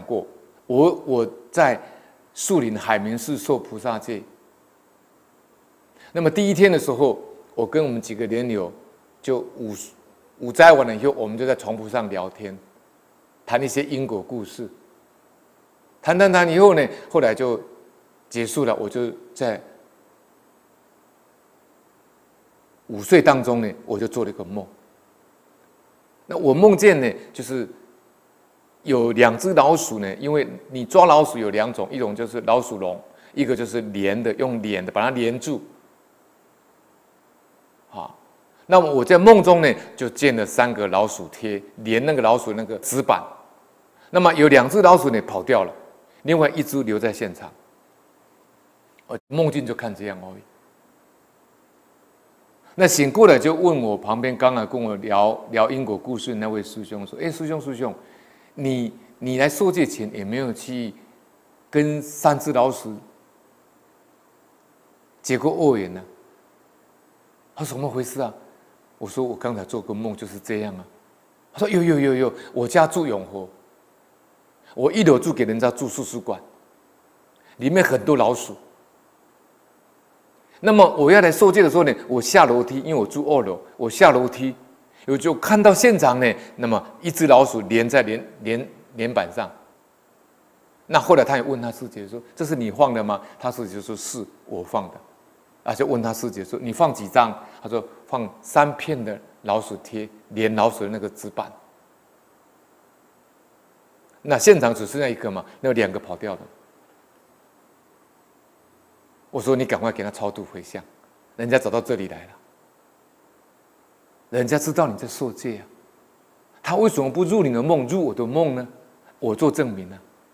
过，我在树林海明寺受菩萨戒。那么第一天的时候，我跟我们几个莲友就午斋完了以后，我们就在床铺上聊天，谈一些因果故事。谈以后呢，后来就结束了。我就在午睡当中呢，我就做了一个梦。那我梦见呢，就是有2只老鼠呢，因为你抓老鼠有2种，一种就是老鼠笼，一个就是连的，用连的把它连住。好，那么我在梦中呢，就建了3个老鼠贴，连那个老鼠那个纸板。那么有2只老鼠呢跑掉了，另外1只留在现场。梦境就看这样而已。那醒过来就问我旁边刚才跟我聊因果故事的那位师兄说：“师兄，你来受戒前也没有去跟3只老鼠结过恶缘呢？”他说：“怎么回事啊？”我说：“我刚才做个梦就是这样啊。”他说：“有，我家住永和，我1楼住给人家住图书馆，里面很多老鼠。那么我要来受戒的时候呢，我下楼梯，因为我住2楼，我下楼梯，我就看到现场呢，那么1只老鼠连在连板上。那后来他也问他师姐说：‘这是你放的吗？’他师姐就说：‘是我放的。’啊，就问他师姐说：‘你放几张？’他说：‘放3片的老鼠贴，连老鼠的那个纸板。’那现场只剩下1个嘛，那2个跑掉了。我说：‘你赶快给他超度回向，人家走到这里来了，人家知道你在受戒啊，他为什么不入你的梦，入我的梦呢？我做证明啊。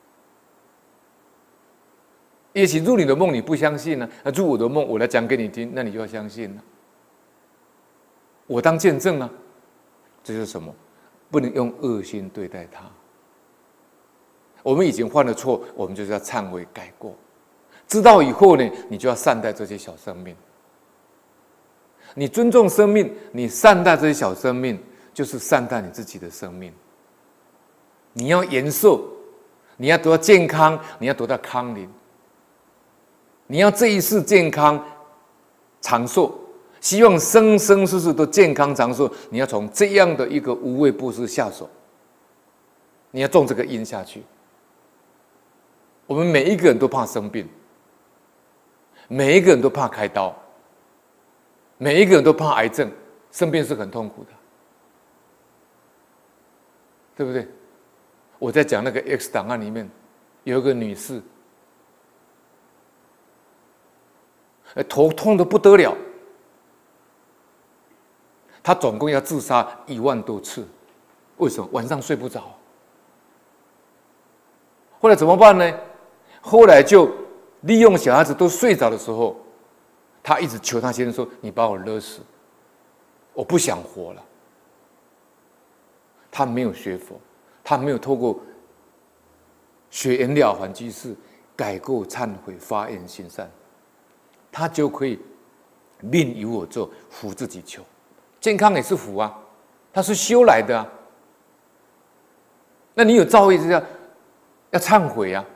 也许入你的梦你不相信呢，那入我的梦我来讲给你听，那你就要相信了。我当见证啊，这是什么？不能用恶心对待他。我们已经犯了错，我们就是要忏悔改过。知道以后呢，你就要善待这些小生命。你尊重生命，你善待这些小生命，就是善待你自己的生命。你要延寿，你要得到健康，你要得到康宁，你要这一世健康长寿，希望生生世世都健康长寿。你要从这样的一个无畏布施下手，你要种这个因下去。我们每一个人都怕生病，每一个人都怕开刀，每一个人都怕癌症，生病是很痛苦的，对不对？我在讲那个 X 档案里面，有一个女士，头痛得不得了，她总共要自杀1万多次，为什么？晚上睡不着。后来怎么办呢？后来就利用小孩子都睡着的时候，他一直求他先生说：“你把我勒死，我不想活了。”他没有学佛，他没有透过学缘了凡居士改过忏悔发愿行善，他就可以命由我做，福自己求。健康也是福啊，他是修来的啊。那你有造业就要忏悔啊。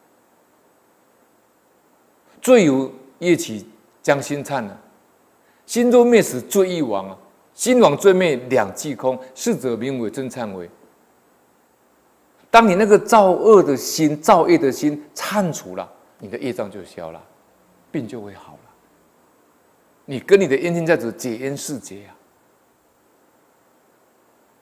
罪有业起，将心忏啊。心若灭时，罪亦亡啊。心亡罪灭，两即空。是者名为真忏悔。当你那个造恶的心、造业的心忏除了，你的业障就消了，病就会好了。你跟你的冤亲债主结冤释结啊。